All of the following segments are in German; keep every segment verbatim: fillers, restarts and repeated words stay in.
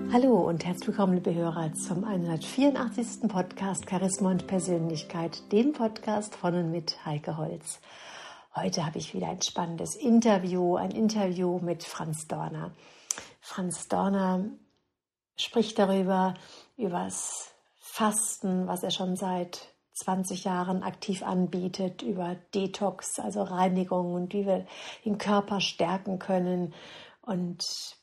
Hallo und herzlich willkommen, liebe Hörer, zum hundertvierundachtzigsten Podcast Charisma und Persönlichkeit, dem Podcast von und mit Heike Holz. Heute habe ich wieder ein spannendes Interview, ein Interview mit Franz Dorner. Franz Dorner spricht darüber, über das Fasten, was er schon seit zwanzig Jahren aktiv anbietet, über Detox, also Reinigung und wie wir den Körper stärken können. Und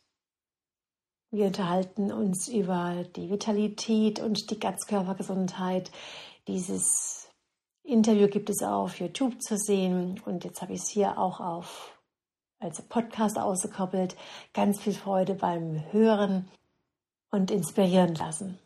wir unterhalten uns über die Vitalität und die Ganzkörpergesundheit. Dieses Interview gibt es auch auf YouTube zu sehen und jetzt habe ich es hier auch auf als Podcast ausgekoppelt. Ganz viel Freude beim Hören und inspirieren lassen.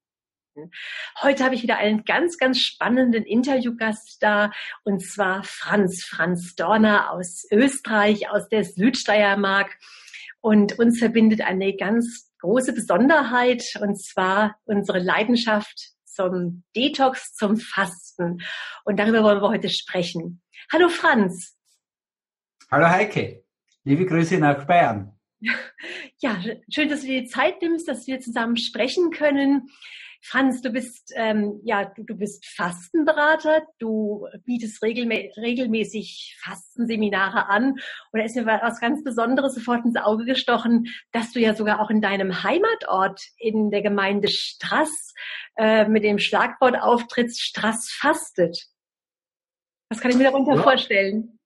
Heute habe ich wieder einen ganz, ganz spannenden Interviewgast da, und zwar Franz, Franz Dorner aus Österreich, aus der Südsteiermark. Und uns verbindet eine ganz große Besonderheit, und zwar unsere Leidenschaft zum Detox, zum Fasten. Und darüber wollen wir heute sprechen. Hallo Franz. Hallo Heike. Liebe Grüße nach Bayern. Ja, schön, dass du dir die Zeit nimmst, dass wir zusammen sprechen können. Franz, du bist ähm, ja du, du bist Fastenberater, du bietest regelmä- regelmäßig Fastenseminare an, und da ist mir was ganz Besonderes sofort ins Auge gestochen, dass du ja sogar auch in deinem Heimatort in der Gemeinde Straß äh, mit dem Schlagwort auftrittst, Straß fastet. Was kann ich mir darunter ja. vorstellen?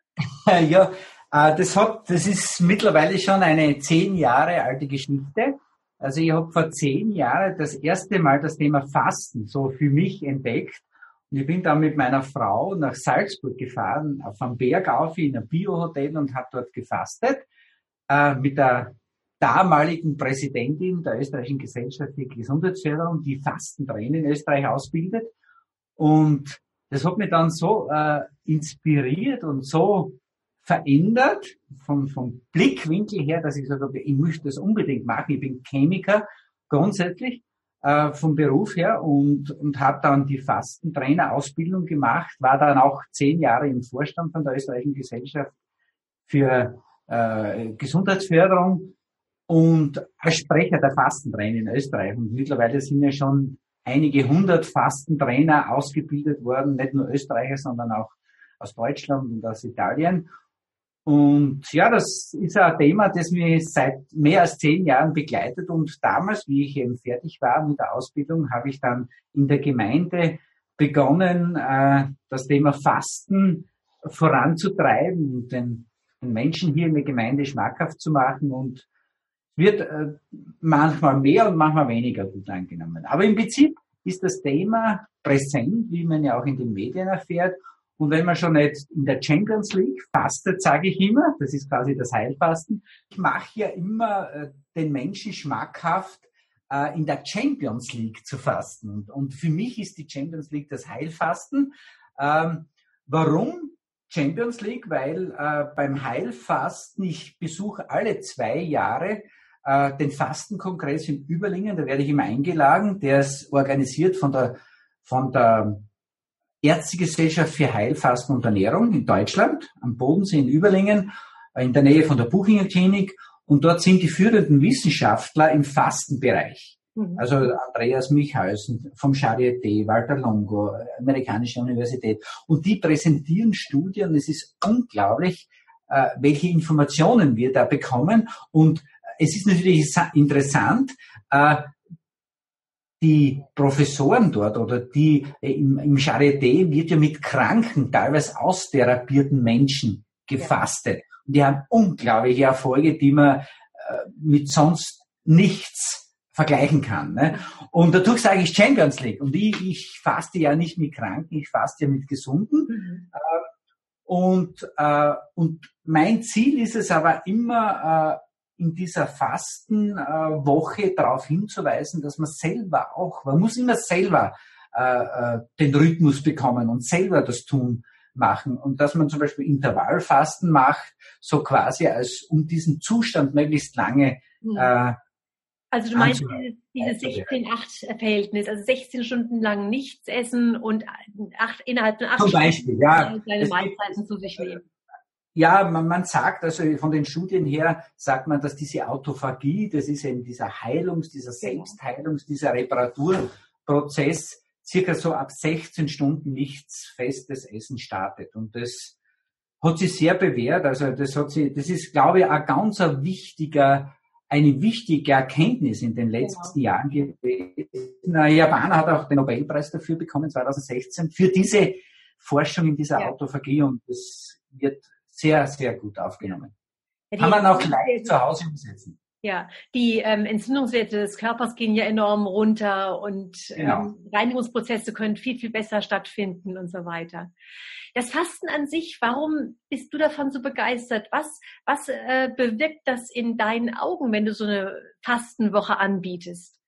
Ja, äh, das hat, das ist mittlerweile schon eine zehn Jahre alte Geschichte. Also ich habe vor zehn Jahren das erste Mal das Thema Fasten so für mich entdeckt. Und ich bin dann mit meiner Frau nach Salzburg gefahren, auf einem Berg auf, in ein Bio-Hotel, und habe dort gefastet, äh, mit der damaligen Präsidentin der Österreichischen Gesellschaft für Gesundheitsförderung, die Fastentrainer in Österreich ausbildet. Und das hat mich dann so äh, inspiriert und so verändert, vom, vom Blickwinkel her, dass ich gesagt habe, ich möchte das unbedingt machen. Ich bin Chemiker grundsätzlich äh, vom Beruf her und, und habe dann die Fastentrainer-Ausbildung gemacht, war dann auch zehn Jahre im Vorstand von der Österreichischen Gesellschaft für äh, Gesundheitsförderung und als Sprecher der Fastentrainer in Österreich. Und mittlerweile sind ja schon einige hundert Fastentrainer ausgebildet worden, nicht nur Österreicher, sondern auch aus Deutschland und aus Italien. Und ja, das ist ein Thema, das mich seit mehr als zehn Jahren begleitet. Und damals, wie ich eben fertig war mit der Ausbildung, habe ich dann in der Gemeinde begonnen, das Thema Fasten voranzutreiben und den, den Menschen hier in der Gemeinde schmackhaft zu machen. Und wird manchmal mehr und manchmal weniger gut angenommen. Aber im Prinzip ist das Thema präsent, wie man ja auch in den Medien erfährt. Und wenn man schon nicht in der Champions League fastet, sage ich immer, das ist quasi das Heilfasten, ich mache ja immer äh, den Menschen schmackhaft, äh, in der Champions League zu fasten. Und, und für mich ist die Champions League das Heilfasten. Ähm, warum Champions League? Weil äh, beim Heilfasten, ich besuche alle zwei Jahre äh, den Fastenkongress in Überlingen, da werde ich immer eingeladen, der ist organisiert von der, von der Ärztegesellschaft für Heilfasten und Ernährung in Deutschland, am Bodensee in Überlingen, in der Nähe von der Buchinger Klinik. Und dort sind die führenden Wissenschaftler im Fastenbereich. Mhm. Also Andreas Michalsen vom Charité, Walter Longo, amerikanische Universität. Und die präsentieren Studien. Es ist unglaublich, welche Informationen wir da bekommen. Und es ist natürlich interessant, die Professoren dort oder die im, im Charité wird ja mit kranken, teilweise austherapierten Menschen gefastet. Ja. Und die haben unglaubliche Erfolge, die man äh, mit sonst nichts vergleichen kann. Ne? Und dadurch sage ich Champions League. Und ich, ich faste ja nicht mit Kranken, ich faste ja mit Gesunden. Mhm. Äh, und, äh, und mein Ziel ist es aber immer, äh, in dieser Fastenwoche äh, darauf hinzuweisen, dass man selber auch, man muss immer selber äh, den Rhythmus bekommen und selber das Tun machen. Und dass man zum Beispiel Intervallfasten macht, so quasi als um diesen Zustand möglichst lange äh, Also du meinst dieses sechzehn acht Verhältnis, also sechzehn Stunden lang nichts essen und acht, innerhalb von acht Zum Beispiel, Stunden ja, seine Mahlzeiten zu sich nehmen. ja, man, man sagt, also von den Studien her sagt man, dass diese Autophagie, das ist eben dieser Heilungs-, dieser Selbstheilungs-, dieser Reparaturprozess, circa so ab sechzehn Stunden nichts festes Essen startet. Und das hat sich sehr bewährt. Also das hat sich, das ist, glaube ich, ein ganz ein wichtiger, eine wichtige Erkenntnis in den letzten genau. Jahren gewesen. Ein Japaner hat auch den Nobelpreis dafür bekommen, zwanzig sechzehn, für diese Forschung in dieser ja. Autophagie, und das wird sehr, sehr gut aufgenommen. Ja, kann man auch leicht zu Hause umsetzen. Ja, die ähm, Entzündungswerte des Körpers gehen ja enorm runter und genau. ähm, Reinigungsprozesse können viel, viel besser stattfinden und so weiter. Das Fasten an sich, warum bist du davon so begeistert? Was, was äh, bewirkt das in deinen Augen, wenn du so eine Fastenwoche anbietest?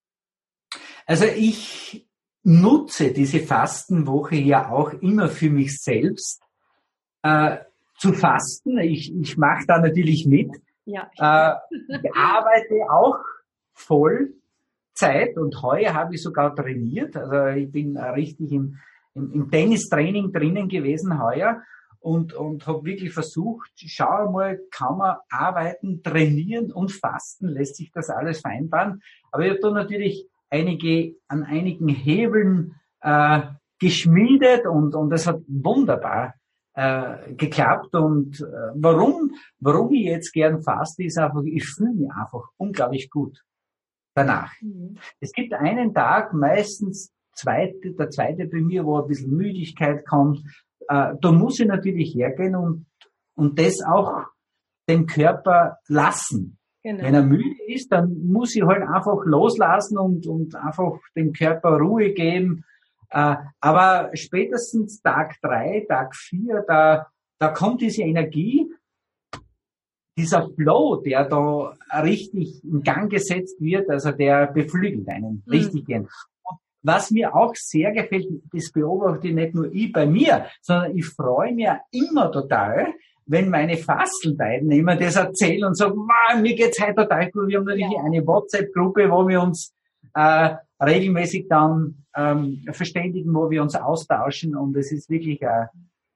Also ich nutze diese Fastenwoche ja auch immer für mich selbst äh, zu fasten. Ich, ich mache da natürlich mit. Ja. Äh, ich arbeite auch Vollzeit und heuer habe ich sogar trainiert. Also ich bin richtig im, im, im Tennistraining drinnen gewesen heuer und, und habe wirklich versucht, schau mal, kann man arbeiten, trainieren und fasten, lässt sich das alles vereinbaren. Aber ich habe da natürlich einige, an einigen Hebeln äh, geschmiedet und, und das hat wunderbar Äh, geklappt. Und äh, warum, warum ich jetzt gern faste, ist einfach, ich fühle mich einfach unglaublich gut danach. Mhm. Es gibt einen Tag, meistens zweite, der zweite bei mir, wo ein bisschen Müdigkeit kommt. Äh, da muss ich natürlich hergehen und, und das auch dem Körper lassen. Genau. Wenn er müde ist, dann muss ich halt einfach loslassen und, und einfach dem Körper Ruhe geben. Uh, aber spätestens Tag drei, Tag vier, da, da kommt diese Energie, dieser Flow, der da richtig in Gang gesetzt wird, also der beflügelt einen mhm. richtig gern. Und was mir auch sehr gefällt, das beobachte nicht nur ich bei mir, sondern ich freue mich immer total, wenn meine Fastenteilnehmer das erzählen und sagen, wow, mir geht's heute total gut. Wir haben natürlich ja. eine WhatsApp-Gruppe, wo wir uns äh, regelmäßig dann ähm, verständigen, wo wir uns austauschen, und es ist wirklich äh,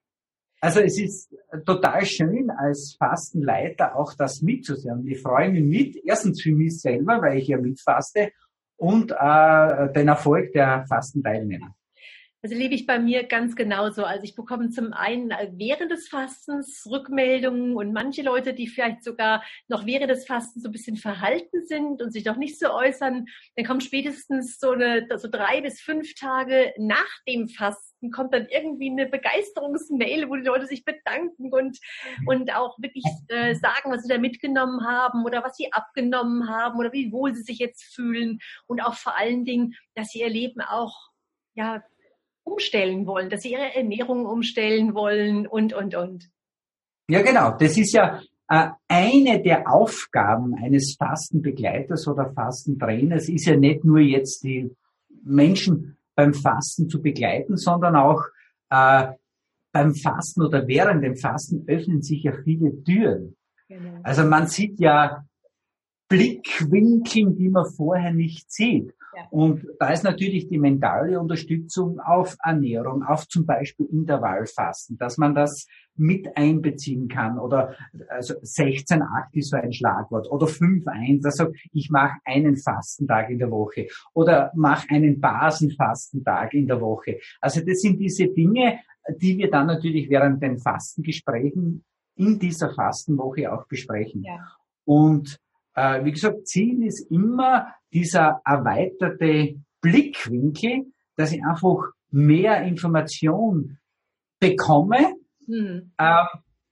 also es ist total schön als Fastenleiter auch das mitzusehen. Ich freue mich mit, erstens für mich selber, weil ich ja mitfaste, und äh, den Erfolg der Fastenteilnehmer. Das erlebe ich bei mir ganz genauso. Also ich bekomme zum einen während des Fastens Rückmeldungen, und manche Leute, die vielleicht sogar noch während des Fastens so ein bisschen verhalten sind und sich doch nicht so äußern, dann kommt spätestens so eine, so drei bis fünf Tage nach dem Fasten kommt dann irgendwie eine Begeisterungsmail, wo die Leute sich bedanken und, und auch wirklich äh, sagen, was sie da mitgenommen haben oder was sie abgenommen haben oder wie wohl sie sich jetzt fühlen, und auch vor allen Dingen, dass sie ihr Leben auch, ja, umstellen wollen, dass sie ihre Ernährung umstellen wollen und, und, und. Ja, genau. Das ist ja äh, eine der Aufgaben eines Fastenbegleiters oder Fastentrainers, ist ja nicht nur jetzt die Menschen beim Fasten zu begleiten, sondern auch äh, beim Fasten oder während dem Fasten öffnen sich ja viele Türen. Genau. Also man sieht ja Blickwinkel, die man vorher nicht sieht. Ja. Und da ist natürlich die mentale Unterstützung auf Ernährung, auf zum Beispiel Intervallfasten, dass man das mit einbeziehen kann, oder also sechzehn acht ist so ein Schlagwort, oder fünf eins, also ich mache einen Fastentag in der Woche oder mache einen Basenfastentag in der Woche. Also das sind diese Dinge, die wir dann natürlich während den Fastengesprächen in dieser Fastenwoche auch besprechen. Ja. Und äh, wie gesagt, Ziel ist immer dieser erweiterte Blickwinkel, dass ich einfach mehr Information bekomme, hm. äh,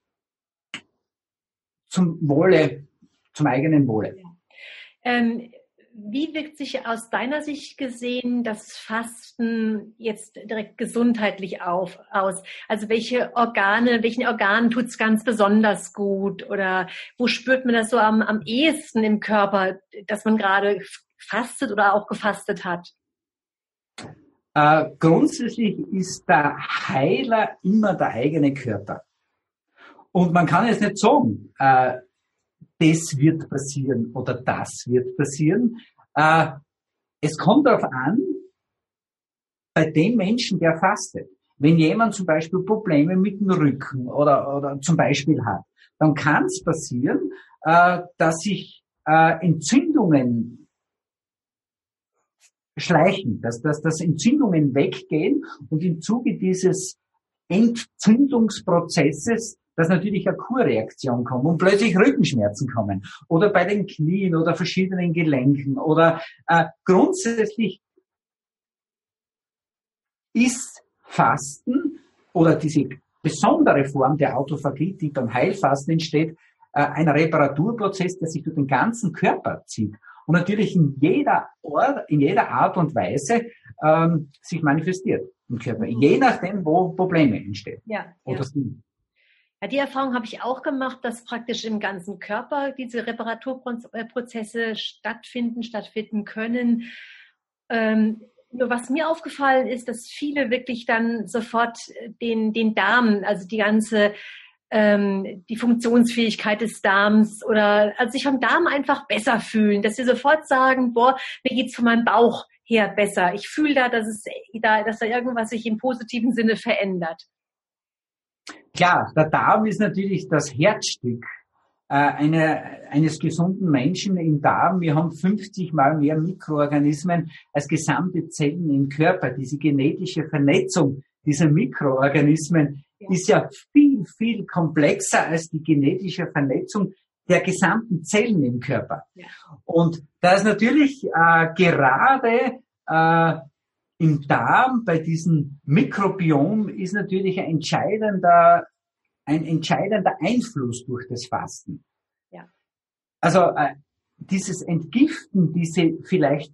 zum Wohle, zum eigenen Wohle. Ja. Ähm, wie wirkt sich aus deiner Sicht gesehen das Fasten jetzt direkt gesundheitlich auf, aus? Also welche Organe, welchen Organen tut's ganz besonders gut? Oder wo spürt man das so am, am ehesten im Körper, dass man gerade fastet oder auch gefastet hat? Äh, grundsätzlich ist der Heiler immer der eigene Körper. Und man kann jetzt nicht sagen, äh, das wird passieren oder das wird passieren. Äh, es kommt darauf an, bei dem Menschen, der fastet. Wenn jemand zum Beispiel Probleme mit dem Rücken oder, oder zum Beispiel hat, dann kann es passieren, äh, dass sich äh, Entzündungen schleichen, dass, dass, dass Entzündungen weggehen und im Zuge dieses Entzündungsprozesses, dass natürlich eine Kurreaktion kommt und plötzlich Rückenschmerzen kommen oder bei den Knien oder verschiedenen Gelenken oder äh, grundsätzlich ist Fasten oder diese besondere Form der Autophagie, die beim Heilfasten entsteht, äh, ein Reparaturprozess, der sich durch den ganzen Körper zieht und natürlich in jeder Art, in jeder Art und Weise ähm, sich manifestiert im Körper, je nachdem, wo Probleme entstehen. Ja, oder ja. sind. Ja, die Erfahrung habe ich auch gemacht, dass praktisch im ganzen Körper diese Reparaturprozesse stattfinden, stattfinden können. Ähm, nur was mir aufgefallen ist, dass viele wirklich dann sofort den, den Darm, also die ganze, ähm, die Funktionsfähigkeit des Darms oder also sich vom Darm einfach besser fühlen, dass sie sofort sagen, boah, mir geht's von meinem Bauch her besser. Ich fühle da, dass es da, dass da irgendwas sich im positiven Sinne verändert. Klar, der Darm ist natürlich das Herzstück äh, eine, eines gesunden Menschen im Darm. Wir haben fünfzig mal mehr Mikroorganismen als gesamte Zellen im Körper. Diese genetische Vernetzung dieser Mikroorganismen ja. ist ja viel, viel komplexer als die genetische Vernetzung der gesamten Zellen im Körper. Ja. Und da ist natürlich äh, gerade äh, im Darm, bei diesem Mikrobiom, ist natürlich ein entscheidender, ein entscheidender Einfluss durch das Fasten. Ja. Also äh, dieses Entgiften, diese vielleicht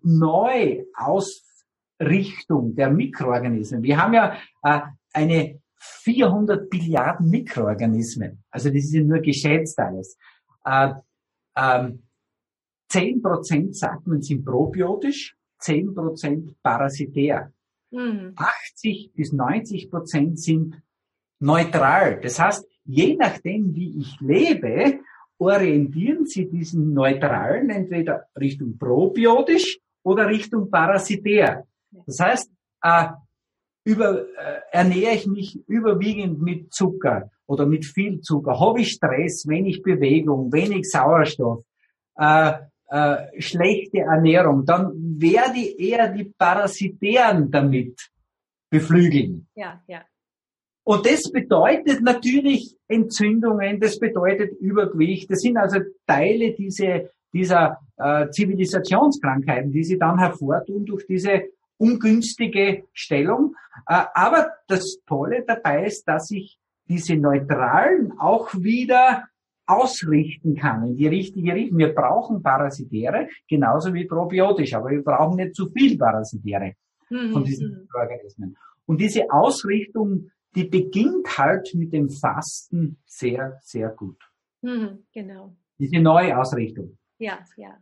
Neuausrichtung der Mikroorganismen. Wir haben ja äh, eine vierhundert Billiarden Mikroorganismen. Also das ist ja nur geschätzt alles. Äh, ähm, zehn Prozent sagt man sind probiotisch, zehn Prozent parasitär. Mhm. achtzig bis neunzig Prozent sind neutral. Das heißt, je nachdem, wie ich lebe, orientieren sie diesen Neutralen entweder Richtung probiotisch oder Richtung parasitär. Das heißt, äh, über, äh, ernähre ich mich überwiegend mit Zucker oder mit viel Zucker. Habe ich Stress, wenig Bewegung, wenig Sauerstoff, äh, Äh, schlechte Ernährung, dann werde ich eher die Parasitären damit beflügeln. Ja, ja. Und das bedeutet natürlich Entzündungen, das bedeutet Übergewicht, das sind also Teile diese, dieser äh, Zivilisationskrankheiten, die sie dann hervortun durch diese ungünstige Stellung. Äh, aber das Tolle dabei ist, dass ich diese Neutralen auch wieder ausrichten kann in die richtige Richtung. Wir brauchen Parasitäre, genauso wie probiotisch, aber wir brauchen nicht zu viel Parasitäre mhm. von diesen Organismen. Und diese Ausrichtung, die beginnt halt mit dem Fasten sehr, sehr gut. Mhm, genau. Diese neue Ausrichtung. Ja, ja.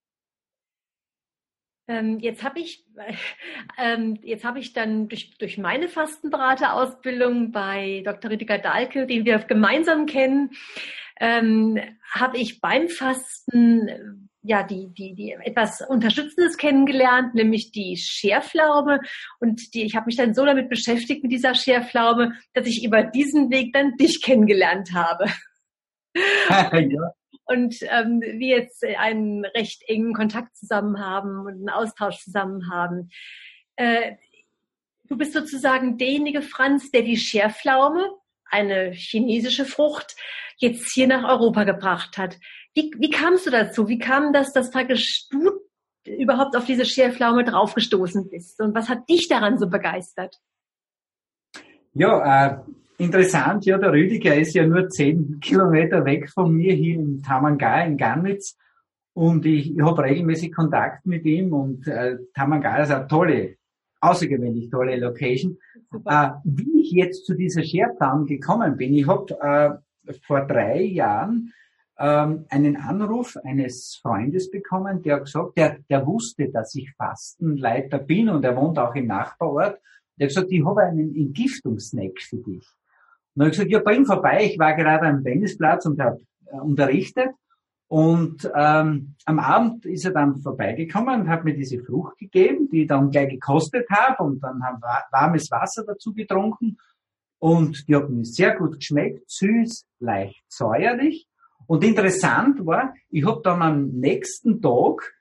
Ähm, jetzt habe ich, ähm, jetzt habe ich dann durch, durch meine Fastenberaterausbildung bei Doktor Rüdiger Dahlke, den wir gemeinsam kennen, ähm, habe ich beim Fasten ja die die die etwas Unterstützendes kennengelernt, nämlich die Scherpflaume. Und die ich habe mich dann so damit beschäftigt mit dieser Scherpflaume, dass ich über diesen Weg dann dich kennengelernt habe. Ja. Und ähm, wir jetzt einen recht engen Kontakt zusammen haben und einen Austausch zusammen haben. Äh, du bist sozusagen derjenige, Franz, der die Scherpflaume, eine chinesische Frucht, jetzt hier nach Europa gebracht hat. Wie, wie kamst du dazu? Wie kam das, dass praktisch du überhaupt auf diese Scherpflaume draufgestoßen bist? Und was hat dich daran so begeistert? Ja, äh, interessant, ja, der Rüdiger ist ja nur zehn Kilometer weg von mir hier in Tamangay in Garnitz und ich, ich habe regelmäßig Kontakt mit ihm und äh, Tamangay ist eine tolle, außergewöhnlich tolle Location. Äh, wie ich jetzt zu dieser Scherpflaume gekommen bin, ich habe äh, vor drei Jahren ähm, einen Anruf eines Freundes bekommen, der hat gesagt, der, der wusste, dass ich Fastenleiter bin und er wohnt auch im Nachbarort. Der hat gesagt, ich habe einen Entgiftungssnack für dich. Und dann habe ich gesagt, ja, bring vorbei. Ich war gerade am Tennisplatz und habe äh, unterrichtet. Und ähm, am Abend ist er dann vorbeigekommen und hat mir diese Frucht gegeben, die ich dann gleich gekostet habe und dann haben wir warmes Wasser dazu getrunken und die hat mir sehr gut geschmeckt, süß, leicht säuerlich. Und interessant war, ich habe dann am nächsten Tag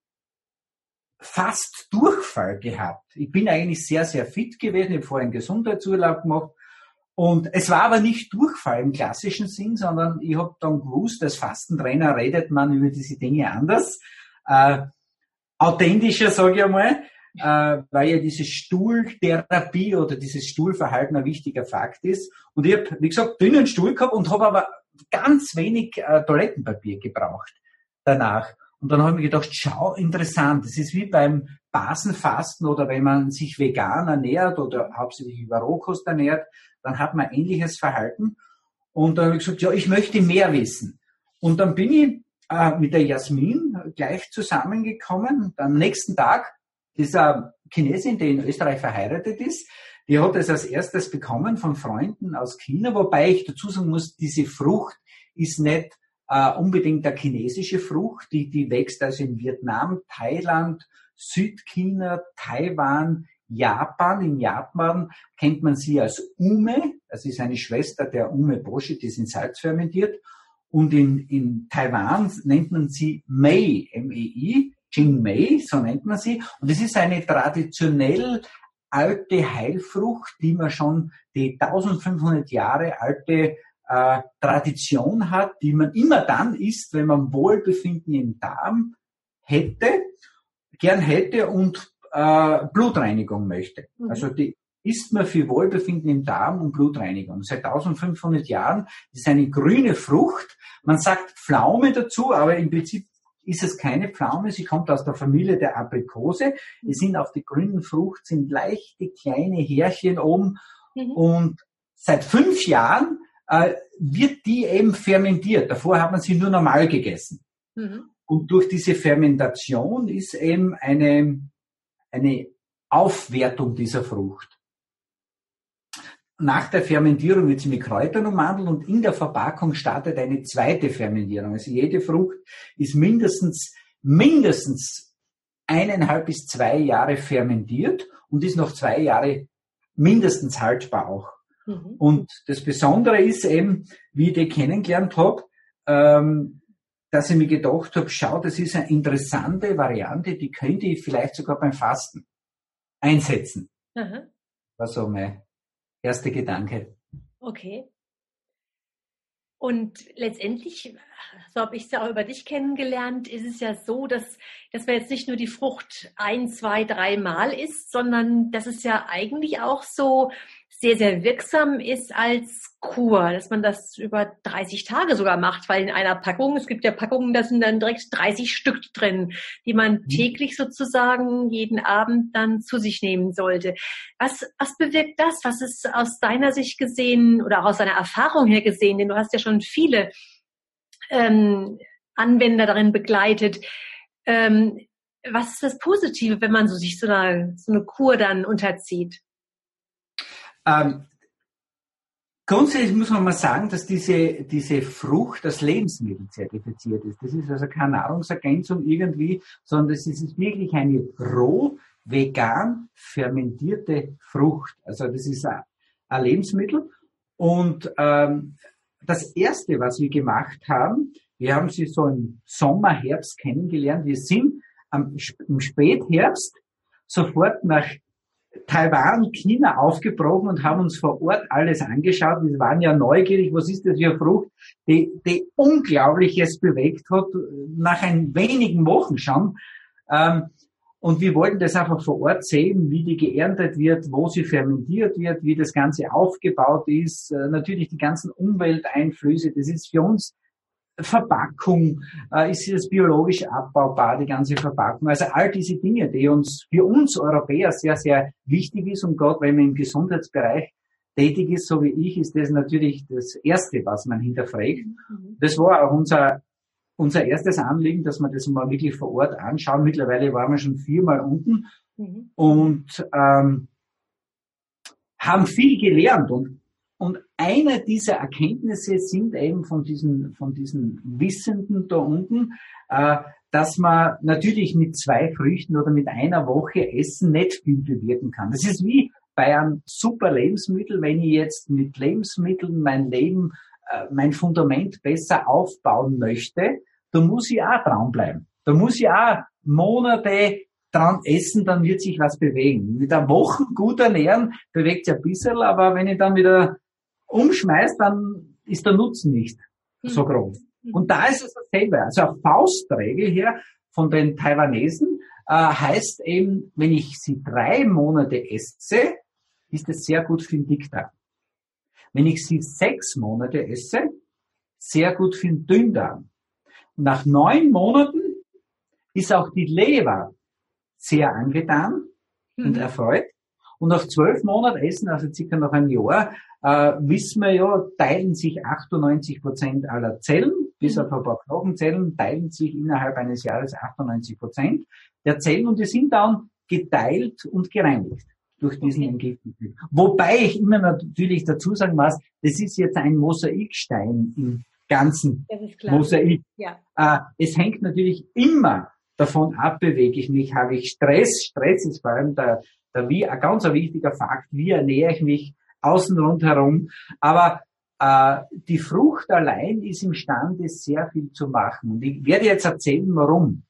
fast Durchfall gehabt. Ich bin eigentlich sehr, sehr fit gewesen, ich habe vorher einen Gesundheitsurlaub gemacht. Und es war aber nicht Durchfall im klassischen Sinn, sondern ich habe dann gewusst, als Fastentrainer redet man über diese Dinge anders, äh, authentischer, sage ich einmal, äh, weil ja diese Stuhltherapie oder dieses Stuhlverhalten ein wichtiger Fakt ist. Und ich habe, wie gesagt, dünnen Stuhl gehabt und habe aber ganz wenig äh, Toilettenpapier gebraucht danach. Und dann habe ich mir gedacht, schau, interessant, das ist wie beim Basenfasten oder wenn man sich vegan ernährt oder hauptsächlich über Rohkost ernährt, dann hat man ähnliches Verhalten. Und dann habe ich gesagt, ja, ich möchte mehr wissen. Und dann bin ich äh, mit der Jasmin gleich zusammengekommen. Und am nächsten Tag ist eine Chinesin, die in Österreich verheiratet ist, die hat es als erstes bekommen von Freunden aus China, wobei ich dazu sagen muss, diese Frucht ist nicht äh, unbedingt eine chinesische Frucht, die, die wächst also in Vietnam, Thailand, Südchina, Taiwan, Japan. In Japan kennt man sie als Ume, das ist eine Schwester der Ume Boshi, die ist in Salz fermentiert. Und in, in Taiwan nennt man sie Mei, M E I, Jingmei, so nennt man sie. Und es ist eine traditionell alte Heilfrucht, die man schon die eintausendfünfhundert Jahre alte äh, Tradition hat, die man immer dann isst, wenn man Wohlbefinden im Darm hätte, gern hätte und äh, Blutreinigung möchte. Mhm. Also die isst man für Wohlbefinden im Darm und Blutreinigung. Seit eintausendfünfhundert Jahren ist eine grüne Frucht. Man sagt Pflaume dazu, aber im Prinzip ist es keine Pflaume. Sie kommt aus der Familie der Aprikose. Mhm. Es sind auf der grünen Frucht sind leichte kleine Härchen oben. Mhm. Und seit fünf Jahren äh, wird die eben fermentiert. Davor hat man sie nur normal gegessen. Mhm. Und durch diese Fermentation ist eben eine, eine Aufwertung dieser Frucht. Nach der Fermentierung wird sie mit Kräutern ummantelt und in der Verpackung startet eine zweite Fermentierung. Also jede Frucht ist mindestens, mindestens eineinhalb bis zwei Jahre fermentiert und ist noch zwei Jahre mindestens haltbar auch. Mhm. Und das Besondere ist eben, wie ich die kennengelernt habe, ähm, dass ich mir gedacht habe, schau, das ist eine interessante Variante, die könnte ich vielleicht sogar beim Fasten einsetzen. Mhm. War so mein erster Gedanke. Okay. Und letztendlich, so habe ich es ja auch über dich kennengelernt, ist es ja so, dass, dass man jetzt nicht nur die Frucht ein, zwei, drei Mal isst, sondern dass es ja eigentlich auch so sehr, sehr wirksam ist als Kur, dass man das über dreißig Tage sogar macht, weil in einer Packung, es gibt ja Packungen, da sind dann direkt dreißig Stück drin, die man täglich sozusagen jeden Abend dann zu sich nehmen sollte. Was, was bewirkt das? Was ist aus deiner Sicht gesehen oder auch aus deiner Erfahrung her gesehen, denn du hast ja schon viele ähm, Anwender darin begleitet. Ähm, was ist das Positive, wenn man so sich so eine, so eine Kur dann unterzieht? Ähm, grundsätzlich muss man mal sagen, dass diese, diese Frucht als Lebensmittel zertifiziert ist. Das ist also keine Nahrungsergänzung irgendwie, sondern es ist wirklich eine roh, vegan fermentierte Frucht. Also das ist ein, ein Lebensmittel. Und ähm, das Erste, was wir gemacht haben, wir haben sie so im Sommer, Herbst kennengelernt. Wir sind am, im Spätherbst sofort nach Taiwan, China aufgebrochen und haben uns vor Ort alles angeschaut. Wir waren ja neugierig, was ist das für eine Frucht, die, die Unglaubliches bewegt hat, nach ein wenigen Wochen schon. Ähm, und wir wollten das einfach vor Ort sehen, wie die geerntet wird, wo sie fermentiert wird, wie das Ganze aufgebaut ist. Äh, natürlich die ganzen Umwelteinflüsse, das ist für uns Verpackung, äh, ist es biologisch abbaubar, die ganze Verpackung. Also all diese Dinge, die uns für uns Europäer sehr, sehr wichtig ist und gerade wenn man im Gesundheitsbereich tätig ist, so wie ich, ist das natürlich das Erste, was man hinterfragt. Mhm. Das war auch unser unser erstes Anliegen, dass wir das mal wirklich vor Ort anschauen. Mittlerweile waren wir schon viermal unten mhm. und ähm, haben viel gelernt und und eine dieser Erkenntnisse sind eben von diesen, von diesen Wissenden da unten, äh, dass man natürlich mit zwei Früchten oder mit einer Woche Essen nicht viel bewirken kann. Das ist wie bei einem super Lebensmittel, wenn ich jetzt mit Lebensmitteln mein Leben, äh, mein Fundament besser aufbauen möchte, da muss ich auch dranbleiben. Da muss ich auch Monate dran essen, dann wird sich was bewegen. Mit einer Woche gut ernähren, bewegt sich ein bisschen, aber wenn ich dann wieder umschmeiß, dann ist der Nutzen nicht so groß. Und da ist es dasselbe. Also eine Faustregel hier von den Taiwanesen äh, heißt eben, wenn ich sie drei Monate esse, ist es sehr gut für den Dickdarm. Wenn ich sie sechs Monate esse, sehr gut für den Dünndarm. Nach neun Monaten ist auch die Leber sehr angetan mhm. und erfreut. Und nach zwölf Monaten Essen, also circa nach einem Jahr, äh, wissen wir ja, teilen sich achtundneunzig Prozent aller Zellen, bis mhm. auf ein paar Knochenzellen, teilen sich innerhalb eines Jahres achtundneunzig Prozent der Zellen und die sind dann geteilt und gereinigt durch diesen okay. Entgiftungsmittel. Wobei ich immer natürlich dazu sagen muss, das ist jetzt ein Mosaikstein im ganzen Mosaik. Ja. Äh, es hängt natürlich immer davon ab, bewege ich mich, habe ich Stress. Stress ist vor allem der, der wie, ein ganz wichtiger Fakt, wie ernähre ich mich außen rundherum. Aber äh, die Frucht allein ist imstande, sehr viel zu machen. Und ich werde jetzt erzählen, warum.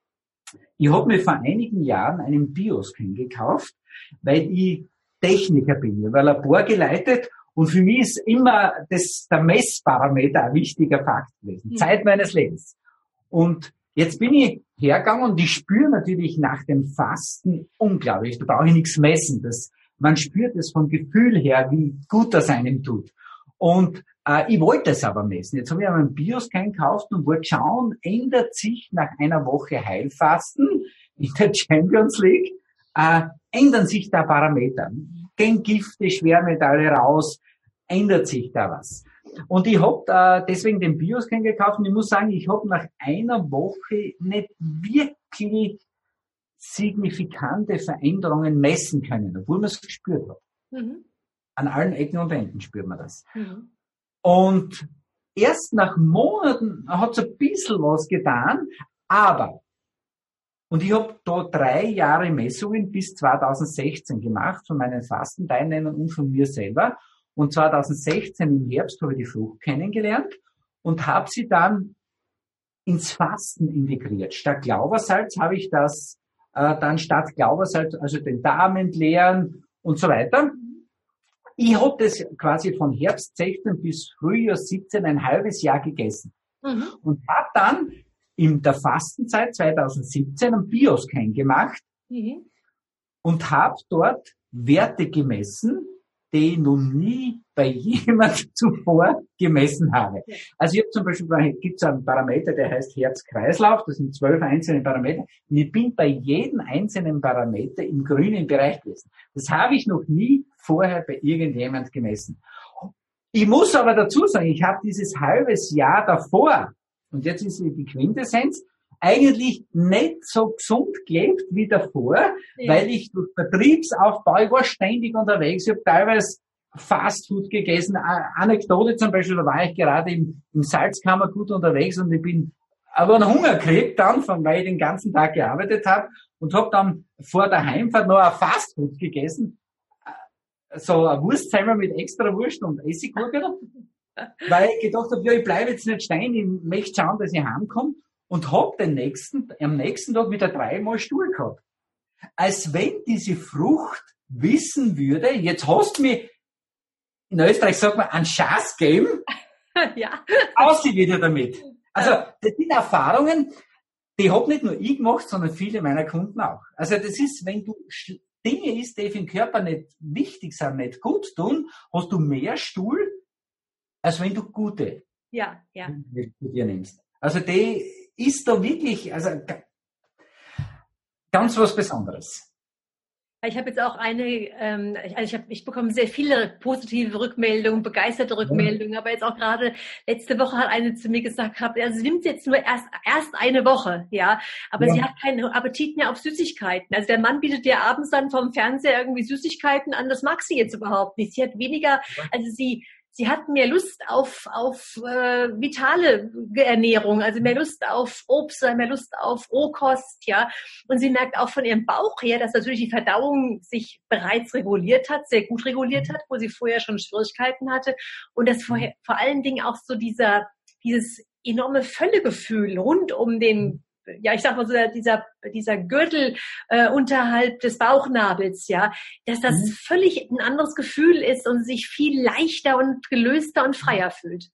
Ich habe mir vor einigen Jahren einen Bioscan gekauft, weil ich Techniker bin. Ich habe ein Labor geleitet und für mich ist immer das, der Messparameter ein wichtiger Fakt gewesen. Mhm. Zeit meines Lebens. Und jetzt bin ich hergegangen und ich spüre natürlich nach dem Fasten unglaublich. Da brauche ich nichts messen. Das, man spürt es vom Gefühl her, wie gut das einem tut. Und äh, ich wollte es aber messen. Jetzt habe ich einen Bioscan gekauft und wollte schauen, ändert sich nach einer Woche Heilfasten in der Champions League, äh, ändern sich da Parameter. Gehen Gifte, Schwermetalle raus, ändert sich da was. Und ich habe äh, deswegen den Bioscan gekauft und ich muss sagen, ich habe nach einer Woche nicht wirklich signifikante Veränderungen messen können, obwohl man es gespürt hat. Mhm. An allen Ecken und Enden spürt man das. Mhm. Und erst nach Monaten hat es ein bisschen was getan, aber, und ich habe da drei Jahre Messungen bis zweitausendsechzehn gemacht von meinen Fastenteilnehmern und von mir selber. Und zweitausendsechzehn im Herbst habe ich die Frucht kennengelernt und habe sie dann ins Fasten integriert. Statt Glaubersalz habe ich das äh, dann statt Glaubersalz, also den Darm entleeren und so weiter. Ich habe das quasi von Herbst sechzehn bis Frühjahr siebzehn ein halbes Jahr gegessen. Mhm. Und habe dann in der Fastenzeit zweitausendsiebzehn einen Bioscan gemacht mhm. und habe dort Werte gemessen, die ich noch nie bei jemand zuvor gemessen habe. Also ich habe zum Beispiel, gibt es einen Parameter, der heißt Herz-Kreislauf, das sind zwölf einzelne Parameter, und ich bin bei jedem einzelnen Parameter im grünen Bereich gewesen. Das habe ich noch nie vorher bei irgendjemand gemessen. Ich muss aber dazu sagen, ich habe dieses halbes Jahr davor, und jetzt ist die Quintessenz, eigentlich nicht so gesund gelebt wie davor, ja. weil ich durch Vertriebsaufbau, ich war ständig unterwegs, ich habe teilweise Fastfood gegessen. Eine Anekdote zum Beispiel, da war ich gerade im, im Salzkammergut unterwegs und ich bin aber einen Hunger gekriegt dann, von, weil ich den ganzen Tag gearbeitet habe und habe dann vor der Heimfahrt noch ein Fastfood gegessen, so ein Wurstheimer mit extra Wurst und Essiggurke, weil ich gedacht habe, ja, ich bleibe jetzt nicht stehen, ich möchte schauen, dass ich heimkomme. Und hab den nächsten, am nächsten Tag wieder dreimal Stuhl gehabt. Als wenn diese Frucht wissen würde, jetzt hast du mich, in Österreich sagt man, einen Schatz geben, ja. Aus sie wieder damit. Also, das sind Erfahrungen, die hab nicht nur ich gemacht, sondern viele meiner Kunden auch. Also, das ist, wenn du Dinge isst, die für den Körper nicht wichtig sind, nicht gut tun, hast du mehr Stuhl, als wenn du gute ja, ja. zu dir nimmst. Also, die ist da wirklich, also ganz was Besonderes. Ich habe jetzt auch eine, ähm, also ich, hab, ich bekomme sehr viele positive Rückmeldungen, begeisterte Rückmeldungen, ja. Aber jetzt auch gerade letzte Woche hat eine zu mir gesagt, also sie nimmt jetzt nur erst erst eine Woche, ja, aber ja. Sie hat keinen Appetit mehr auf Süßigkeiten. Also der Mann bietet ihr abends dann vom Fernseher irgendwie Süßigkeiten an, das mag sie jetzt überhaupt nicht. Sie hat weniger, also sie Sie hat mehr Lust auf auf äh, vitale Ernährung, also mehr Lust auf Obst, mehr Lust auf Rohkost, ja. Und sie merkt auch von ihrem Bauch her, dass natürlich die Verdauung sich bereits reguliert hat, sehr gut reguliert hat, wo sie vorher schon Schwierigkeiten hatte. Und das vorher, vor allen Dingen auch so dieser dieses enorme Völlegefühl rund um den, ja, ich sag mal so, dieser, dieser Gürtel äh, unterhalb des Bauchnabels, ja, dass das mhm. völlig ein anderes Gefühl ist und sich viel leichter und gelöster und freier fühlt.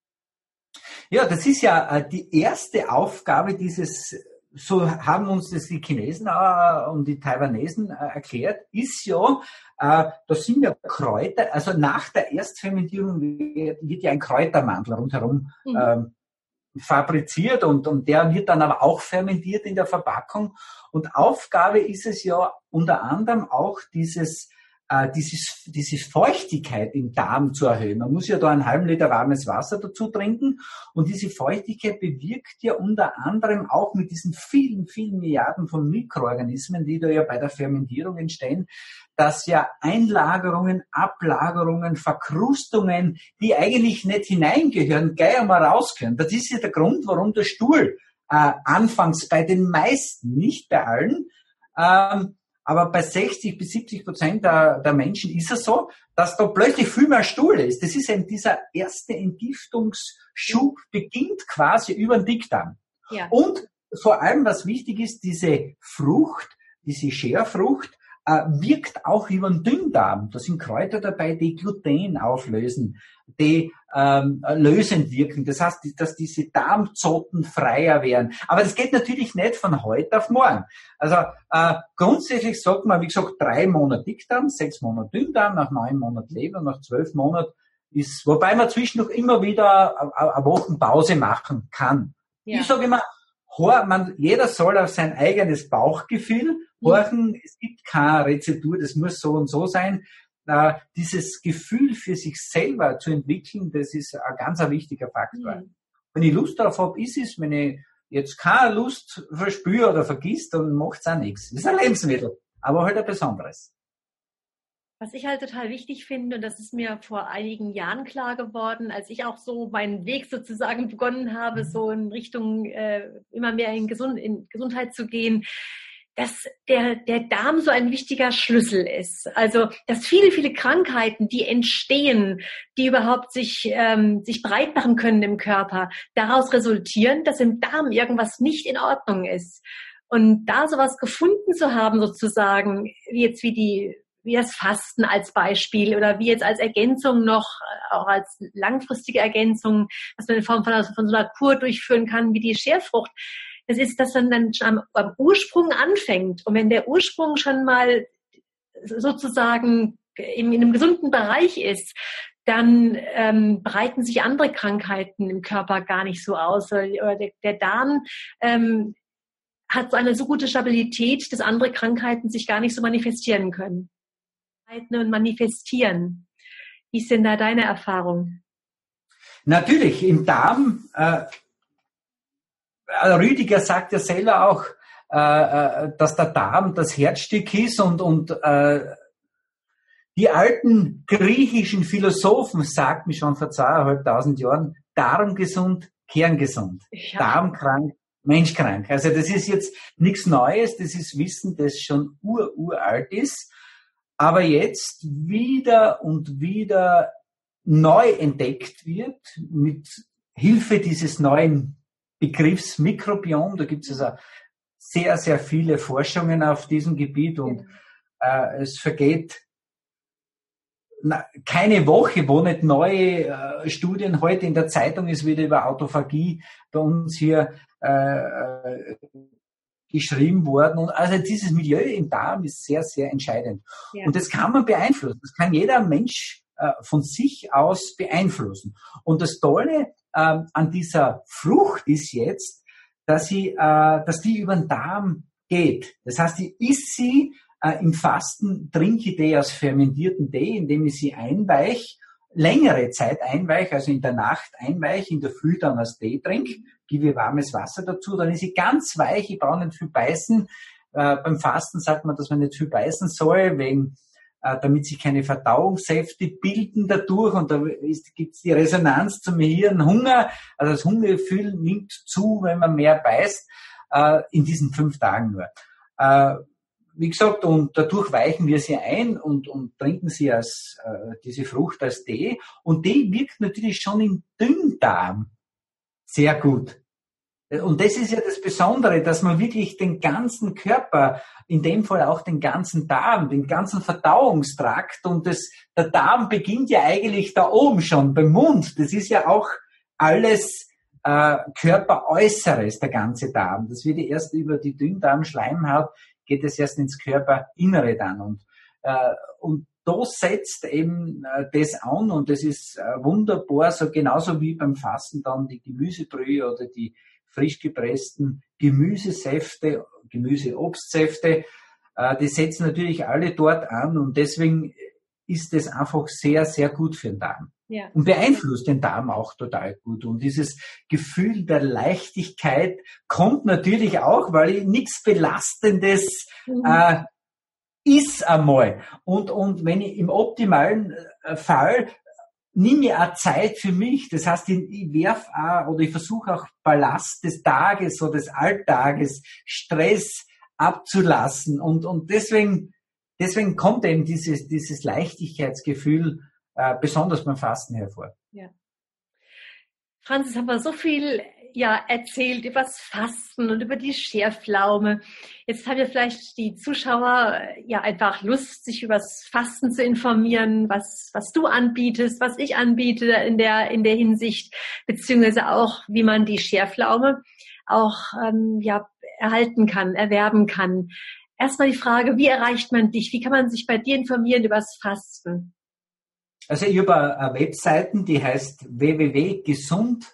Ja, das ist ja äh, die erste Aufgabe dieses, so haben uns das die Chinesen äh, und die Taiwanesen äh, erklärt, ist ja, äh, das sind ja Kräuter, also nach der Erstfermentierung wird, wird ja ein Kräutermantel rundherum mhm. ähm, fabriziert und, und der wird dann aber auch fermentiert in der Verpackung. Und Aufgabe ist es ja unter anderem auch dieses, äh, dieses, diese Feuchtigkeit im Darm zu erhöhen. Man muss ja da einen halben Liter warmes Wasser dazu trinken und diese Feuchtigkeit bewirkt ja unter anderem auch mit diesen vielen, vielen Milliarden von Mikroorganismen, die da ja bei der Fermentierung entstehen, dass ja Einlagerungen, Ablagerungen, Verkrustungen, die eigentlich nicht hineingehören, gleich einmal rausgehören. Das ist ja der Grund, warum der Stuhl äh, anfangs bei den meisten, nicht bei allen, ähm, aber bei sechzig bis siebzig Prozent der, der Menschen ist es so, dass da plötzlich viel mehr Stuhl ist. Das ist eben dieser erste Entgiftungsschub, beginnt quasi über den Dickdarm. Ja. Und vor allem, was wichtig ist, diese Frucht, diese Scherfrucht, wirkt auch über den Dünndarm. Da sind Kräuter dabei, die Gluten auflösen, die ähm, lösend wirken. Das heißt, dass diese Darmzotten freier werden. Aber das geht natürlich nicht von heute auf morgen. Also äh, grundsätzlich sagt man, wie gesagt, drei Monate Dickdarm, sechs Monate Dünndarm, nach neun Monaten Leber, nach zwölf Monaten ist, wobei man zwischendurch immer wieder eine Woche Pause machen kann. Ja. Ich sage immer, man, jeder soll auf sein eigenes Bauchgefühl horchen. Mhm. Es gibt keine Rezetur, das muss so und so sein. Äh, dieses Gefühl für sich selber zu entwickeln, das ist ein ganz ein wichtiger Faktor. Mhm. Wenn ich Lust darauf habe, ist es. Wenn ich jetzt keine Lust verspüre oder vergisst, dann macht es auch nichts. Das ist ein Lebensmittel, aber halt ein besonderes. Was ich halt total wichtig finde, und das ist mir vor einigen Jahren klar geworden, als ich auch so meinen Weg sozusagen begonnen habe, so in Richtung äh, immer mehr in, Gesund, in Gesundheit zu gehen, dass der, der Darm so ein wichtiger Schlüssel ist. Also, dass viele, viele Krankheiten, die entstehen, die überhaupt sich, ähm, sich breit machen können im Körper, daraus resultieren, dass im Darm irgendwas nicht in Ordnung ist. Und da sowas gefunden zu haben, sozusagen, wie jetzt wie die wie das Fasten als Beispiel oder wie jetzt als Ergänzung noch, auch als langfristige Ergänzung, was man in Form von, von so einer Kur durchführen kann, wie die Scherfrucht. Das ist, dass man dann schon am, am Ursprung anfängt. Und wenn der Ursprung schon mal sozusagen in, in einem gesunden Bereich ist, dann ähm, breiten sich andere Krankheiten im Körper gar nicht so aus. Oder der, der Darm ähm, hat so eine so gute Stabilität, dass andere Krankheiten sich gar nicht so manifestieren können. Und manifestieren. Wie ist denn da deine Erfahrung? Natürlich, im Darm, äh, Rüdiger sagt ja selber auch, äh, dass der Darm das Herzstück ist und, und äh, die alten griechischen Philosophen sagten schon vor zweieinhalbtausend Jahren, Darm gesund, Kern gesund, ja. Darm krank, Mensch krank. Also das ist jetzt nichts Neues, das ist Wissen, das schon ur, uralt ist. Aber jetzt wieder und wieder neu entdeckt wird mit Hilfe dieses neuen Begriffs Mikrobiom. Da gibt es also sehr, sehr viele Forschungen auf diesem Gebiet und äh, es vergeht na, keine Woche, wo nicht neue äh, Studien, heute in der Zeitung ist wieder über Autophagie bei uns hier äh, geschrieben worden. Und also dieses Milieu im Darm ist sehr, sehr entscheidend. Ja. Und das kann man beeinflussen. Das kann jeder Mensch äh, von sich aus beeinflussen. Und das Tolle äh, an dieser Frucht ist jetzt, dass sie, äh, dass die über den Darm geht. Das heißt, ich isst sie, äh, Äh, Im Fasten trinke ich die aus fermentierten Tee, indem ich sie einweiche, längere Zeit einweiche, also in der Nacht einweiche, in der Früh dann als Tee trinke, gebe ich warmes Wasser dazu, dann ist sie ganz weich, ich brauche nicht viel beißen. Äh, beim Fasten sagt man, dass man nicht viel beißen soll, wegen, äh, damit sich keine Verdauungssäfte bilden dadurch und da gibt es die Resonanz zum Hirn, Hunger, also das Hungergefühl nimmt zu, wenn man mehr beißt, äh, in diesen fünf Tagen nur. Äh, wie gesagt, und dadurch weichen wir sie ein und, und trinken sie als äh, diese Frucht als Tee und die wirkt natürlich schon im Dünndarm sehr gut. Und das ist ja das Besondere, dass man wirklich den ganzen Körper, in dem Fall auch den ganzen Darm, den ganzen Verdauungstrakt und das, der Darm beginnt ja eigentlich da oben schon, beim Mund. Das ist ja auch alles äh, Körperäußeres, der ganze Darm. Das wird ja erst über die Dünndarmschleimhaut, geht es erst ins Körperinnere dann. Und, äh, und da setzt eben äh, das an und das ist äh, wunderbar, so genauso wie beim Fasten dann die Gemüsebrühe oder die frisch gepressten Gemüsesäfte, Gemüseobstsäfte, äh, die setzen natürlich alle dort an und deswegen ist es einfach sehr, sehr gut für den Darm. Ja. Und beeinflusst den Darm auch total gut. Und dieses Gefühl der Leichtigkeit kommt natürlich auch, weil ich nichts Belastendes mhm. äh, ist einmal. Und, und wenn ich im optimalen äh, Fall nimm mir auch Zeit für mich. Das heißt, ich, ich werf auch oder ich versuche auch Ballast des Tages oder des Alltages, Stress abzulassen. Und, und deswegen, deswegen kommt eben dieses, dieses Leichtigkeitsgefühl äh, besonders beim Fasten hervor. Ja. Franz, jetzt haben wir so viel ja, erzählt über das Fasten und über die Scherpflaume. Jetzt haben ja vielleicht die Zuschauer ja einfach Lust, sich über das Fasten zu informieren, was, was du anbietest, was ich anbiete in der, in der Hinsicht, beziehungsweise auch, wie man die Scherpflaume auch ähm, ja, erhalten kann, erwerben kann. Erstmal die Frage, wie erreicht man dich? Wie kann man sich bei dir informieren über das Fasten? Also ich habe eine Webseite, die heißt w w w punkt gesund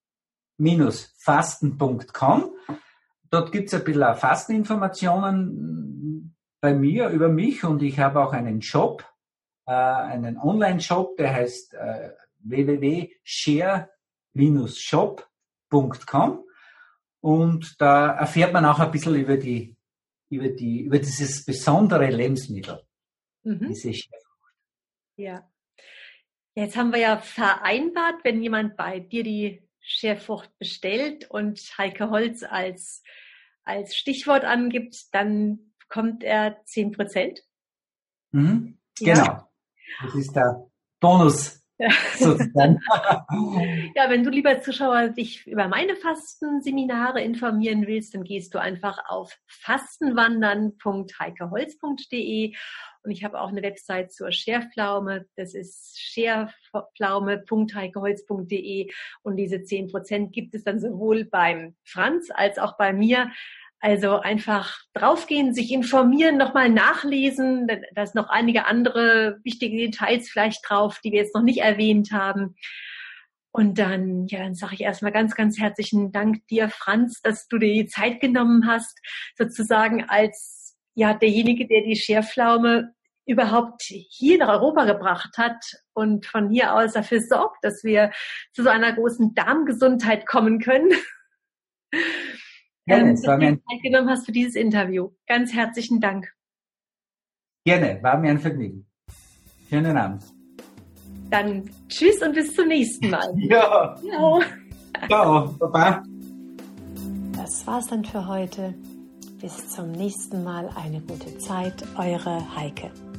fasten punkt com. Dort gibt es ein bisschen Fasteninformationen bei mir, über mich und ich habe auch einen Shop, äh, einen Online-Shop, der heißt äh, w w w punkt share shop punkt com und da erfährt man auch ein bisschen über die, über die, über dieses besondere Lebensmittel, mhm. diese Scherfrucht. Ja. Jetzt haben wir ja vereinbart, wenn jemand bei dir die Scherfrucht bestellt und Heike Holz als, als Stichwort angibt, dann bekommt er zehn Prozent. Mhm, ja. Genau. Das ist der Bonus sozusagen. Ja, wenn du, lieber Zuschauer, dich über meine Fastenseminare informieren willst, dann gehst du einfach auf fastenwandern punkt heikeholz punkt de und ich habe auch eine Website zur Scherpflaume, das ist scherpflaume punkt heikeholz punkt de und diese zehn Prozent gibt es dann sowohl beim Franz als auch bei mir. Also einfach draufgehen, sich informieren, nochmal nachlesen. Da sind noch einige andere wichtige Details vielleicht drauf, die wir jetzt noch nicht erwähnt haben. Und dann, ja, dann sage ich erstmal ganz, ganz herzlichen Dank dir, Franz, dass du dir die Zeit genommen hast, sozusagen als ja derjenige, der die Scherpflaume überhaupt hier nach Europa gebracht hat und von hier aus dafür sorgt, dass wir zu so einer großen Darmgesundheit kommen können. Gerne, ähm, dass du dir Zeit genommen hast für dieses Interview. Ganz herzlichen Dank. Gerne, war mir ein Vergnügen. Schönen Abend. Dann tschüss und bis zum nächsten Mal. Ja. Ciao. Ciao, Baba. Das war's dann für heute. Bis zum nächsten Mal. Eine gute Zeit. Eure Heike.